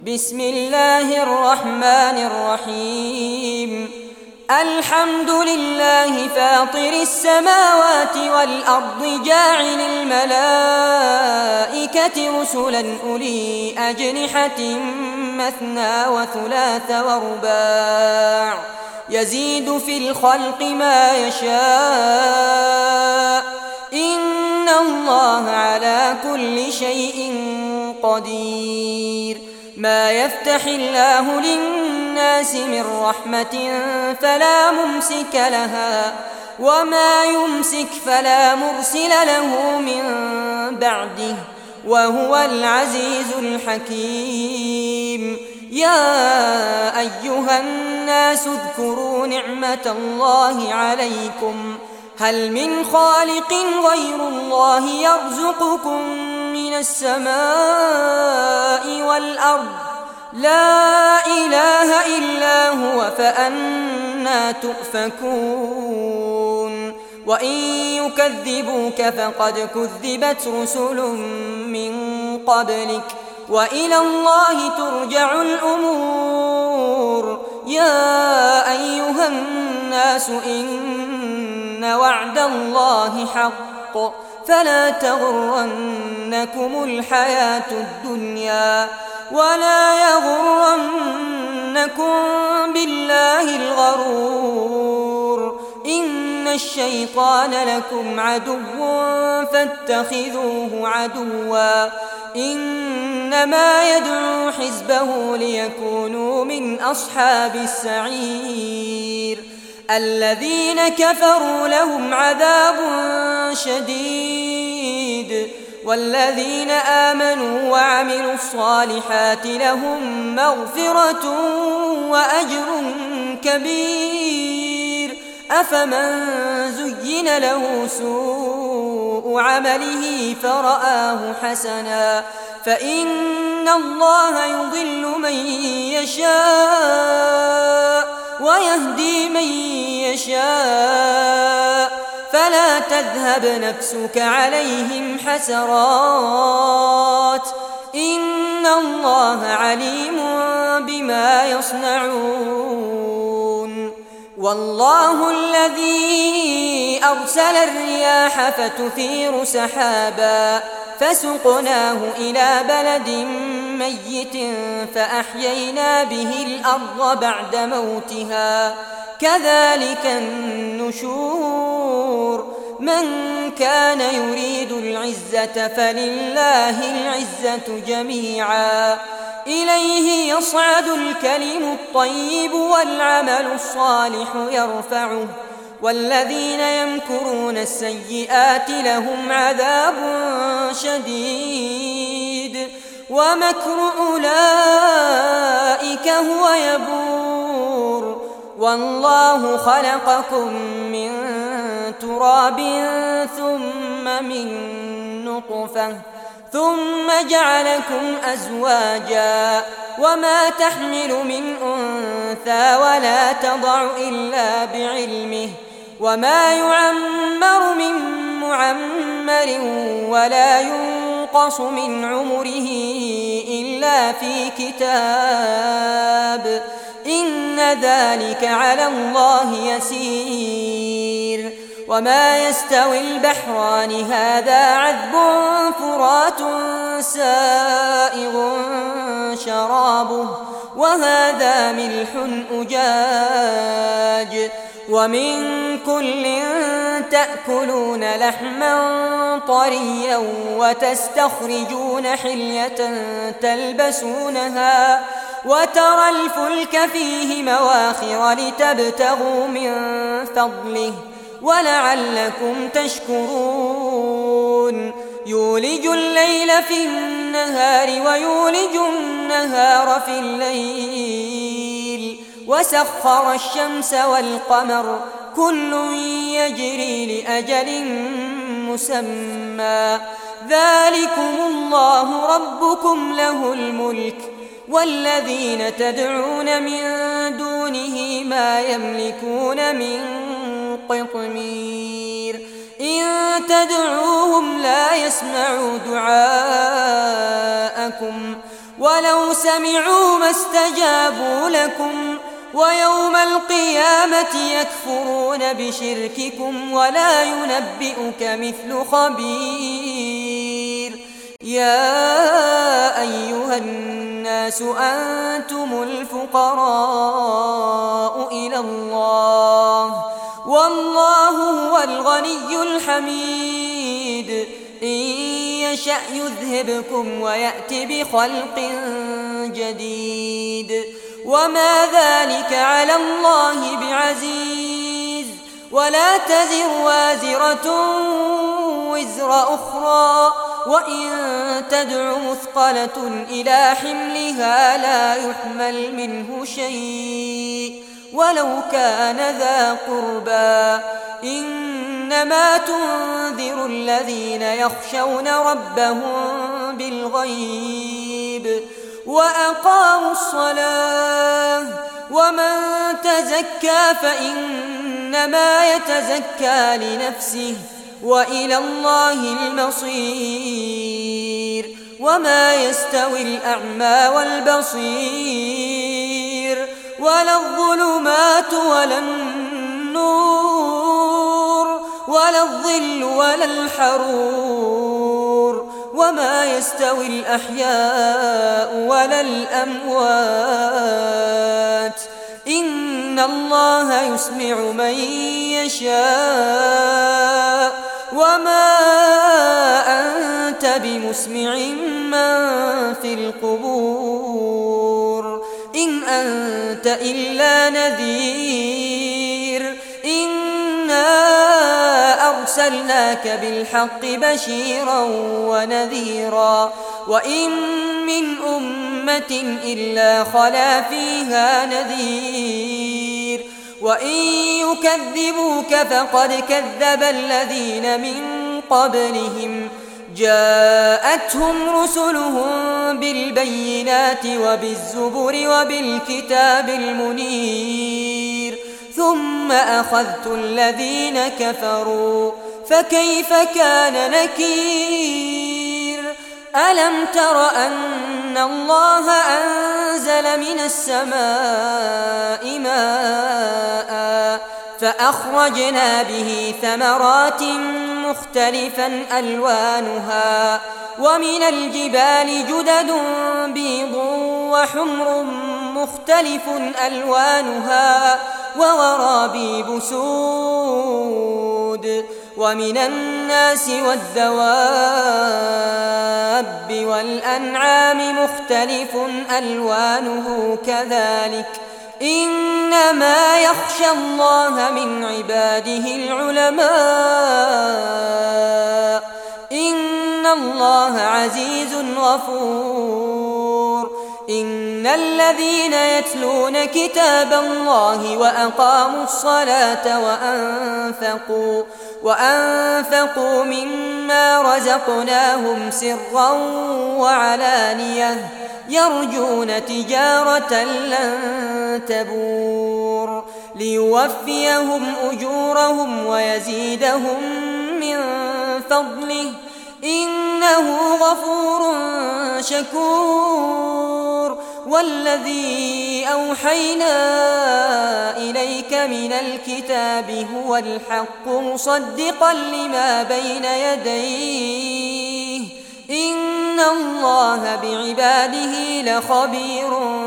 بسم الله الرحمن الرحيم. الحمد لله فاطر السماوات والأرض جاعل الملائكة رسلا أولي أجنحة مثنى وثلاث ورباع يزيد في الخلق ما يشاء إن الله على كل شيء قدير. ما يفتح الله للناس من رحمة فلا ممسك لها وما يمسك فلا مرسل له من بعده وهو العزيز الحكيم. يا أيها الناس اذكروا نعمة الله عليكم هل من خالق غير الله يرزقكم من السماء والأرض لا إله إلا هو فأنى تؤفكون. وإن يكذبوك فقد كذبت رسل من قبلك وإلى الله ترجع الأمور. يا أيها الناس إن وعد الله حق فلا تغرنكم الحياة الدنيا ولا يغرنكم بالله الغرور. إن الشيطان لكم عدو فاتخذوه عدوا إنما يدعو حزبه ليكونوا من أصحاب السعير. الذين كفروا لهم عذاب شديد والذين آمنوا وعملوا الصالحات لهم مغفرة وأجر كبير. أفمن زين له سوء عمله فرآه حسنا فإن الله يضل من يشاء ويهدي من يشاء فلا تذهب نفسك عليهم حسرات إن الله عليم بما يصنعون. والله الذي أرسل الرياح فتثير سحابا فسقناه إلى بلد ميت فأحيينا به الأرض بعد موتها كذلك النشور. من كان يريد العزة فلله العزة جميعا إليه يصعد الكلم الطيب والعمل الصالح يرفعه والذين يمكرون السيئات لهم عذاب شديد ومكر أولئك هو يبور. والله خلقكم من تراب ثم من نطفة ثم جعلكم أزواجا وما تحمل من أنثى ولا تضع إلا بعلمه وما يعمر من معمر ولا ينقص من عمره إلا في كتاب إن ذلك على الله يسير. وما يستوي البحران هذا عذب فرات سائغ شرابه وهذا ملح أجاج ومن كل تأكلون لحما طريا وتستخرجون حلية تلبسونها وترى الفلك فيه مواخر لتبتغوا من فضله ولعلكم تشكرون. يولج الليل في النهار ويولج النهار في الليل وسخر الشمس والقمر كل يجري لأجل مسمى ذلكم الله ربكم له الملك والذين تدعون من دونه ما يملكون من قطمير. إن تدعوهم لا يسمعوا دعاءكم ولو سمعوا ما استجابوا لكم ويوم القيامة يكفرون بشرككم ولا ينبئك مثل خبير. يا أيها الناس أنتم الفقراء إلى الله والله هو الغني الحميد. إن يشأ يذهبكم ويأت بخلق جديد وما ذلك على الله بعزيز. ولا تزر وازرة وزر أخرى وإن تدع مثقلة إلى حملها لا يحمل منه شيء ولو كان ذا قربى. إنما تنذر الذين يخشون ربهم بالغيب وأقاموا الصلاة. ومن تزكى فإنما يتزكى لنفسه وإلى الله المصير. وما يستوي الأعمى والبصير ولا الظلمات ولا النور ولا الظل ولا الحرور. وما يستوي الأحياء ولا الأموات. إن الله يسمع من يشاء وما أنت بمسمع من في القبور إن أنت إلا نذير. إنا أرسلناك بالحق بشيرا ونذيرا وإن من أمة إلا خلا فيها نذير. وإن يكذبوك فقد كذب الذين من قبلهم جاءتهم رسلهم بالبينات وبالزبر وبالكتاب المنير ثم أخذت الذين كفروا فكيف كان نكير. ألم تر أن الله أنزل من السماء ماء فأخرجنا به ثمرات مختلفا ألوانها ومن الجبال جدد بيض وحمر مختلف ألوانها وغرابيب سود. ومن الناس والدواب والأنعام مختلف ألوانه كذلك. إنما يخشى الله من عباده العلماء. إن الله عزيز غفور. إن الذين يتلون كتاب الله وأقاموا الصلاة وأنفقوا مما رزقناهم سرا وعلانية يرجون تجارة لن تبور ليوفيهم أجورهم ويزيدهم من فضله إنه غفور شكور. والذي أوحينا إليك من الكتاب هو الحق مصدقا لما بين يديه. إن الله بعباده لخبير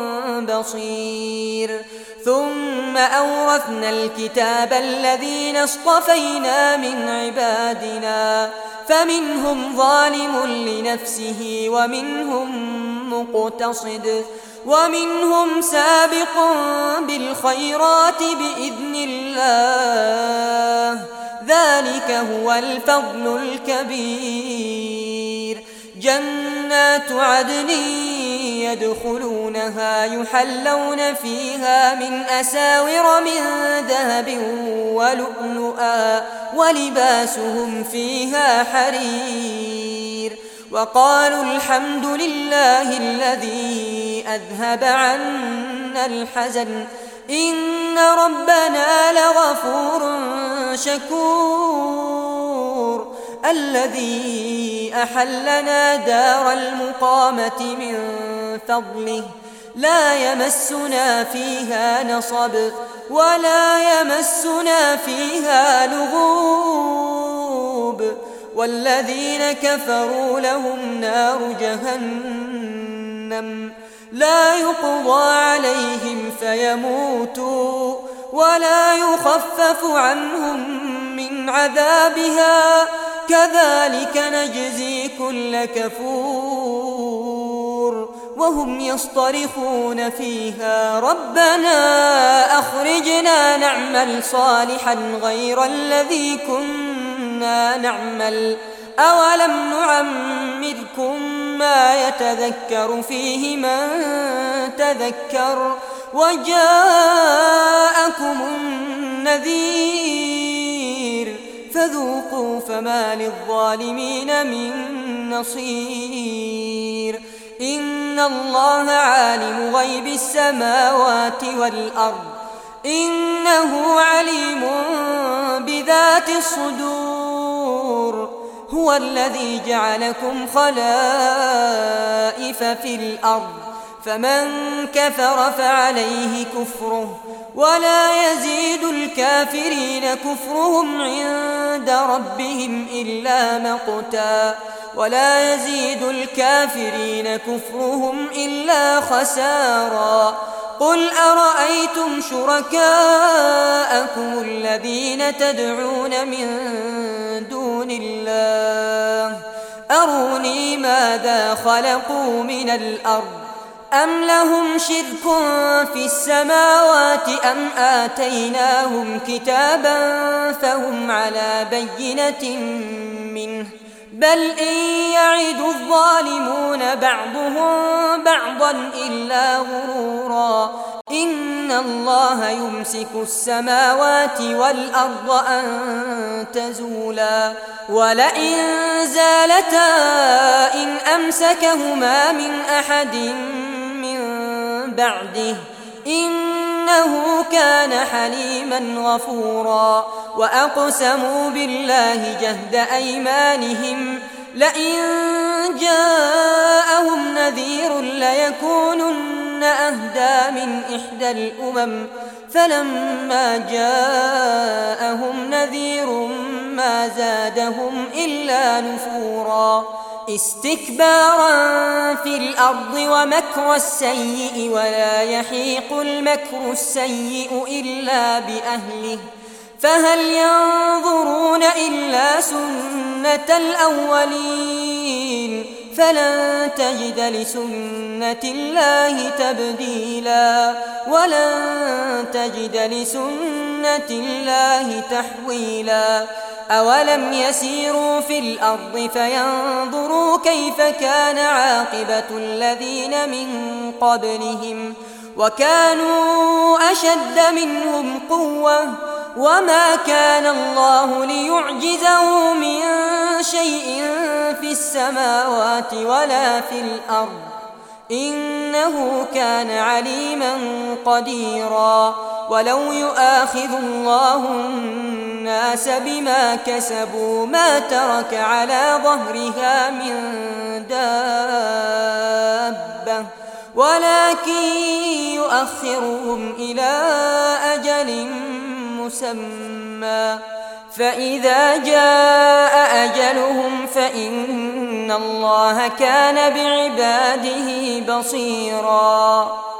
بصير. ثم أورثنا الكتاب الذين اصطفينا من عبادنا فمنهم ظالم لنفسه ومنهم مقتصد ومنهم سابق بالخيرات بإذن الله. ذلك هو الفضل الكبير. جنات عدن يدخلونها يحلون فيها من أساور من ذهب ولؤلؤا ولباسهم فيها حرير. وقالوا الحمد لله الذي أذهب عنا الحزن إن ربنا لغفور شكور. الذي أحلنا دار المقامة من فضله لا يمسنا فيها نصب ولا يمسنا فيها لغوب والذين كفروا لهم نار جهنم لا يقضى عليهم فيموتوا ولا يخفف عنهم من عذابها كذلك نجزي كل كفور وهم يصطرخون فيها ربنا أخرجنا نعمل صالحا غير الذي كنا نعمل أولم نعمركم ما يتذكر فيه من تذكر وجاءكم النذير فذوقوا فما للظالمين من نصير إن الله عالم غيب السماوات والأرض إنه عليم بذات الصدور هو الذي جعلكم خلائف في الأرض فمن كفر فعليه كفره ولا يزيد الكافرين كفرهم عند ربهم إلا مقتا ولا يزيد الكافرين كفرهم إلا خسارا قل أرأيتم شركاءكم الذين تدعون من دون الله أروني ماذا خلقوا من الأرض أم لهم شرك في السماوات أم آتيناهم كتابا فهم على بينة منه بل إن يعد الظالمون بعضهم بعضا إلا غرورا إن الله يمسك السماوات والأرض أن تزولا ولئن زالتا إن أمسكهما من أحد من بعده إنه كان حليما غفورا وأقسموا بالله جهد أيمانهم لئن جاءهم نذير ليكونن أهدى من إحدى الأمم فلما جاءهم نذير ما زادهم إلا نفورا استكبارا في الأرض ومكر السيء ولا يحيق المكر السيء إلا بأهله فهل ينظرون إلا سنة الأولين فلن تجد لسنة الله تبديلا ولن تجد لسنة الله تحويلا أولم يسيروا في الأرض فينظروا كيف كان عاقبة الذين من قبلهم وكانوا أشد منهم قوة وما كان الله ليعجزه من شيء في السماوات ولا في الأرض إنه كان عليما قديرا ولو يؤاخذ الله الناس بما كسبوا ما ترك على ظهرها من دابة ولكن يؤخرهم إلى أجل مسمى فإذا جاء أجلهم فإن الله كان بعباده بصيرا.